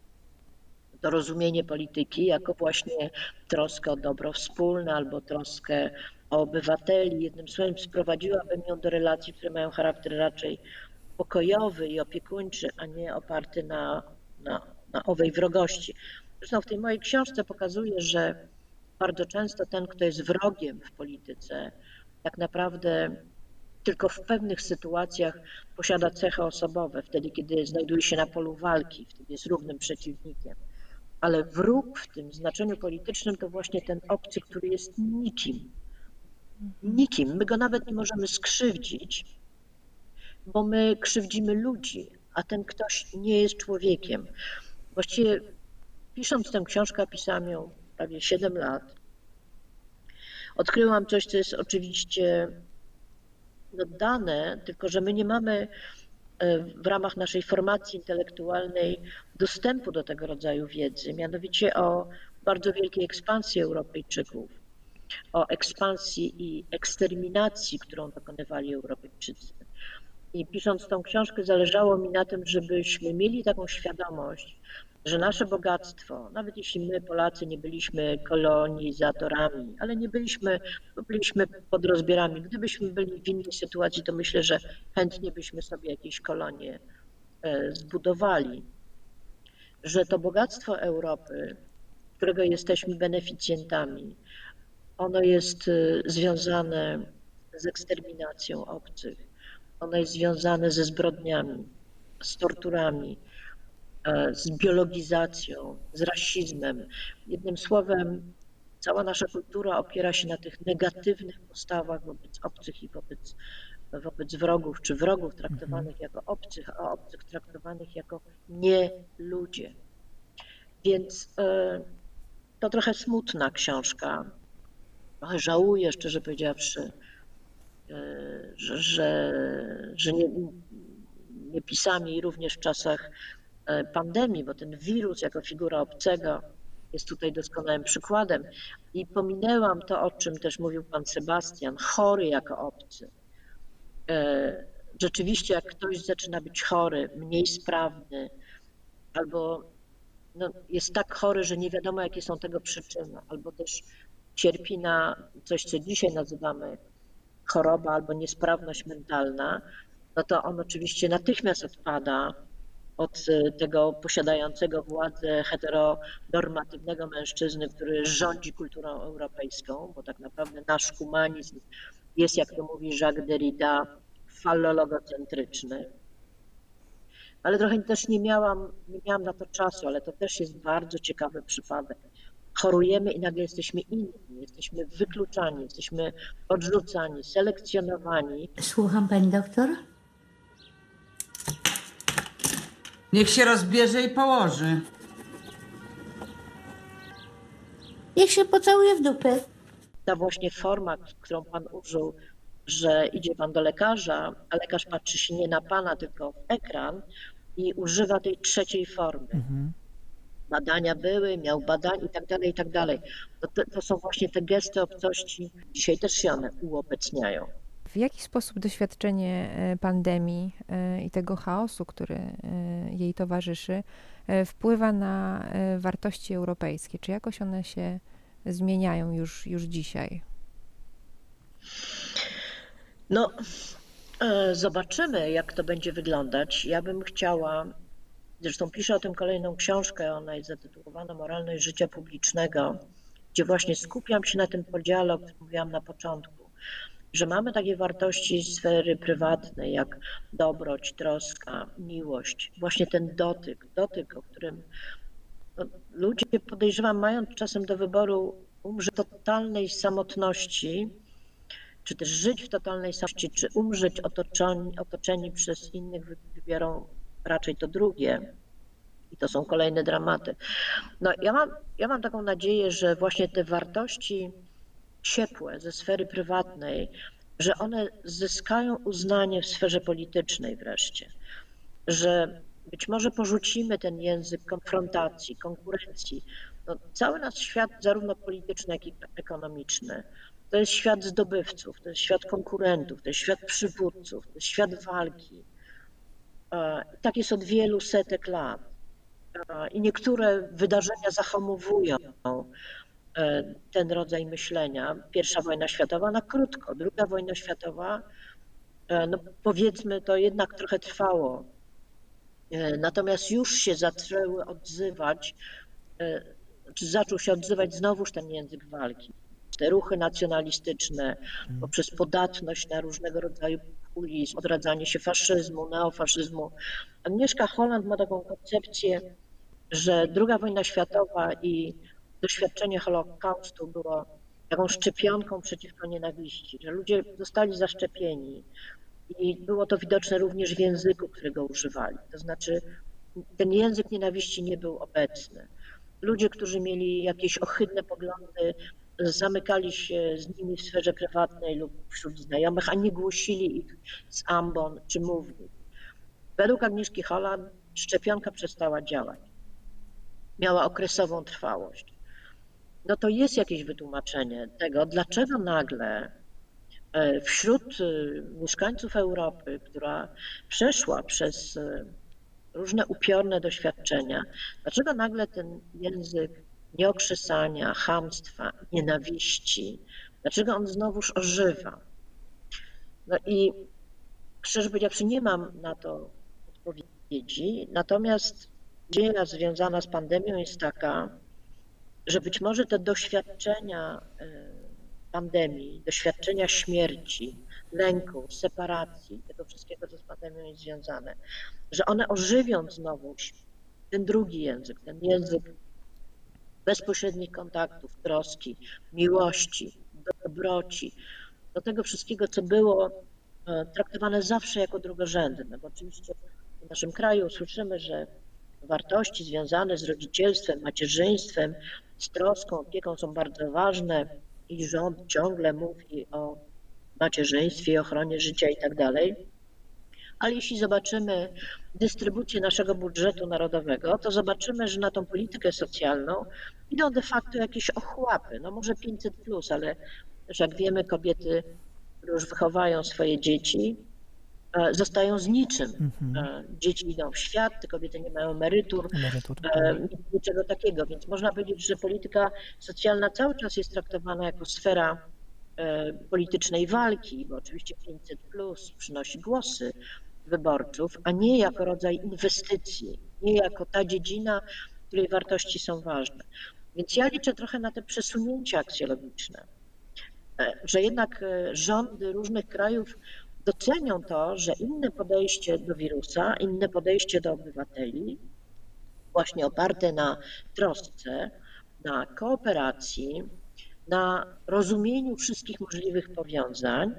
to rozumienie polityki jako właśnie troskę o dobro wspólne albo troskę o obywateli. Jednym słowem sprowadziłabym ją do relacji, które mają charakter raczej pokojowy i opiekuńczy, a nie oparty na, na, na owej wrogości. Zresztą w tej mojej książce pokazuję, że bardzo często ten, kto jest wrogiem w polityce, tak naprawdę tylko w pewnych sytuacjach posiada cechy osobowe, wtedy kiedy znajduje się na polu walki, wtedy jest równym przeciwnikiem. Ale wróg w tym znaczeniu politycznym to właśnie ten obcy, który jest nikim. Nikim. My go nawet nie możemy skrzywdzić, bo my krzywdzimy ludzi, a ten ktoś nie jest człowiekiem. Właściwie pisząc tę książkę, pisałam ją prawie siedem lat, odkryłam coś, co jest oczywiście no, dane, tylko że my nie mamy w ramach naszej formacji intelektualnej dostępu do tego rodzaju wiedzy, mianowicie o bardzo wielkiej ekspansji Europejczyków, o ekspansji i eksterminacji, którą dokonywali Europejczycy. I pisząc tą książkę zależało mi na tym, żebyśmy mieli taką świadomość, że nasze bogactwo, nawet jeśli my Polacy nie byliśmy kolonizatorami, ale nie byliśmy, byliśmy podrozbierami, gdybyśmy byli w innej sytuacji, to myślę, że chętnie byśmy sobie jakieś kolonie zbudowali, że to bogactwo Europy, którego jesteśmy beneficjentami, ono jest związane z eksterminacją obcych, ono jest związane ze zbrodniami, z torturami, z biologizacją, z rasizmem. Jednym słowem, cała nasza kultura opiera się na tych negatywnych postawach wobec obcych i wobec, wobec wrogów, czy wrogów traktowanych jako obcych, a obcych traktowanych jako nie ludzie. Więc to trochę smutna książka. Trochę żałuję, szczerze powiedziawszy, że, że, że nie, nie pisałam jej również w czasach pandemii, bo ten wirus jako figura obcego jest tutaj doskonałym przykładem. I pominęłam to, o czym też mówił pan Sebastian, chory jako obcy. Rzeczywiście, jak ktoś zaczyna być chory, mniej sprawny, albo no, jest tak chory, że nie wiadomo, jakie są tego przyczyny, albo też cierpi na coś, co dzisiaj nazywamy choroba albo niesprawność mentalna, no to on oczywiście natychmiast odpada od tego posiadającego władzę heteronormatywnego mężczyzny, który rządzi kulturą europejską, bo tak naprawdę nasz humanizm jest, jak to mówi Jacques Derrida, fallologocentryczny. Ale trochę też nie miałam, nie miałam na to czasu, ale to też jest bardzo ciekawy przypadek. Chorujemy i nagle jesteśmy inni, jesteśmy wykluczani, jesteśmy odrzucani, selekcjonowani. Słucham pani doktor? Niech się rozbierze i położy. Niech się pocałuje w dupę. Ta właśnie forma, którą pan użył, że idzie pan do lekarza, a lekarz patrzy się nie na pana, tylko w ekran i używa tej trzeciej formy. Mhm. badania były, miał badania i tak dalej, i tak dalej. To, to, to są właśnie te gesty obcości, dzisiaj też się one uobecniają. W jaki sposób doświadczenie pandemii i tego chaosu, który jej towarzyszy, wpływa na wartości europejskie? Czy jakoś one się zmieniają już, już dzisiaj? No, zobaczymy, jak to będzie wyglądać. Ja bym chciała, zresztą piszę o tym kolejną książkę, ona jest zatytułowana Moralność życia publicznego, gdzie właśnie skupiam się na tym podziale, o którym mówiłam na początku, że mamy takie wartości sfery prywatnej, jak dobroć, troska, miłość, właśnie ten dotyk, dotyk, o którym no, ludzie, podejrzewam, mają czasem do wyboru umrzeć w totalnej samotności, czy też żyć w totalnej samotności, czy umrzeć otoczeni, otoczeni przez innych, wybiorą raczej to drugie. I to są kolejne dramaty. No, ja mam, ja mam taką nadzieję, że właśnie te wartości ciepłe ze sfery prywatnej, że one zyskają uznanie w sferze politycznej wreszcie, że być może porzucimy ten język konfrontacji, konkurencji. No, cały nasz świat, zarówno polityczny, jak i ekonomiczny, to jest świat zdobywców, to jest świat konkurentów, to jest świat przywódców, to jest świat walki. Tak jest od wielu setek lat. I niektóre wydarzenia zahamowują ten rodzaj myślenia. Pierwsza wojna światowa na krótko, druga wojna światowa, no powiedzmy, to jednak trochę trwało. Natomiast już się zaczęły odzywać, czy zaczął się odzywać znowuż ten język walki. Te ruchy nacjonalistyczne, poprzez podatność na różnego rodzaju populizm, odradzanie się faszyzmu, neofaszyzmu. Agnieszka Holland ma taką koncepcję, że druga wojna światowa i doświadczenie Holokaustu było taką szczepionką przeciwko nienawiści, że ludzie zostali zaszczepieni i było to widoczne również w języku, którego używali. To znaczy ten język nienawiści nie był obecny. Ludzie, którzy mieli jakieś ohydne poglądy, zamykali się z nimi w sferze prywatnej lub wśród znajomych, a nie głosili ich z ambon czy mównic. Według Agnieszki Holland szczepionka przestała działać. Miała okresową trwałość. No to jest jakieś wytłumaczenie tego, dlaczego nagle wśród mieszkańców Europy, która przeszła przez różne upiorne doświadczenia, dlaczego nagle ten język nieokrzesania, chamstwa, nienawiści, dlaczego on znowuż ożywa? No i szczerze powiedziawszy, nie mam na to odpowiedzi, natomiast nadzieja związana z pandemią jest taka, że być może te doświadczenia pandemii, doświadczenia śmierci, lęku, separacji, tego wszystkiego, co z pandemią jest związane, że one ożywią znowu ten drugi język, ten język bezpośrednich kontaktów, troski, miłości, dobroci, do tego wszystkiego, co było traktowane zawsze jako drugorzędne, bo oczywiście w naszym kraju słyszymy, że wartości związane z rodzicielstwem, macierzyństwem, z troską, opieką są bardzo ważne i rząd ciągle mówi o macierzyństwie, ochronie życia i tak dalej. Ale jeśli zobaczymy dystrybucję naszego budżetu narodowego, to zobaczymy, że na tą politykę socjalną idą de facto jakieś ochłapy. No może pięćset plus, ale też jak wiemy, kobiety, które już wychowają swoje dzieci, zostają z niczym. Mhm. Dzieci idą w świat, te kobiety nie mają emerytur, emerytur. Niczego takiego. Więc można powiedzieć, że polityka socjalna cały czas jest traktowana jako sfera politycznej walki, bo oczywiście pięćset plus przynosi głosy wyborców, a nie jako rodzaj inwestycji, nie jako ta dziedzina, której wartości są ważne. Więc ja liczę trochę na te przesunięcia aksjologiczne, że jednak rządy różnych krajów docenią to, że inne podejście do wirusa, inne podejście do obywateli, właśnie oparte na trosce, na kooperacji, na rozumieniu wszystkich możliwych powiązań,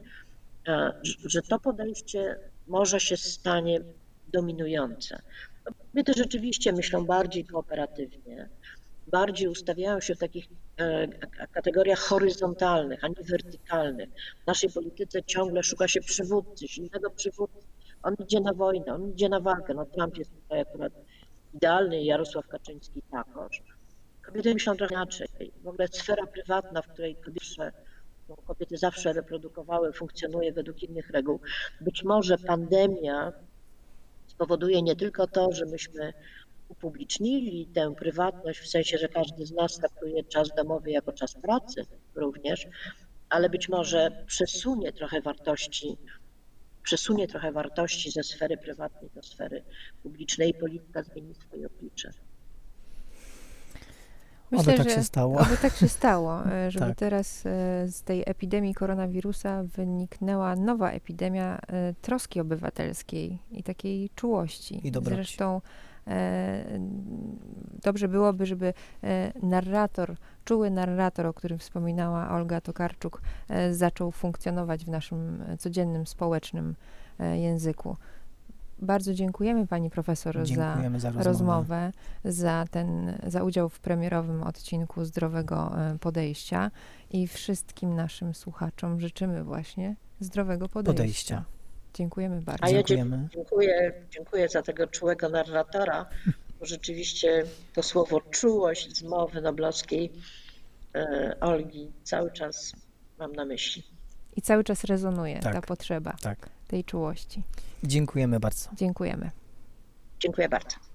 że to podejście może się stanie dominujące. Kobiety rzeczywiście myślą bardziej kooperatywnie, bardziej ustawiają się w takich kategoriach horyzontalnych, a nie wertykalnych. W naszej polityce ciągle szuka się przywódcy, silnego przywódcy. On idzie na wojnę, on idzie na walkę. No Trump jest tutaj akurat idealny Jarosław Kaczyński takoż. Kobiety myślą trochę inaczej. W ogóle sfera prywatna, w której kobiety, no, kobiety zawsze reprodukowały, funkcjonuje według innych reguł. Być może pandemia spowoduje nie tylko to, że myśmy upublicznili tę prywatność, w sensie, że każdy z nas traktuje czas domowy jako czas pracy również, ale być może przesunie trochę wartości, przesunie trochę wartości ze sfery prywatnej do sfery publicznej i polityka zmieni swoje oblicze. Myślę, Oby tak że, się stało. Oby tak się stało, e, żeby Tak. teraz e, z tej epidemii koronawirusa wyniknęła nowa epidemia e, troski obywatelskiej i takiej czułości. I dobroci. Zresztą e, dobrze byłoby, żeby e, narrator, czuły narrator, o którym wspominała Olga Tokarczuk, e, zaczął funkcjonować w naszym e, codziennym, społecznym e, języku. Bardzo dziękujemy pani profesor Dziękujemy za za rozmowę. rozmowę, za, ten, za udział w premierowym odcinku Zdrowego e, Podejścia i wszystkim naszym słuchaczom życzymy właśnie zdrowego podejścia. Podejścia. Dziękujemy bardzo. A ja Dziękujemy. dziękuję, dziękuję za tego czułego narratora, bo rzeczywiście to słowo czułość z mowy noblowskiej e, Olgi cały czas mam na myśli. I cały czas rezonuje Tak. ta potrzeba Tak. tej czułości. Dziękujemy bardzo. Dziękujemy. Dziękuję bardzo.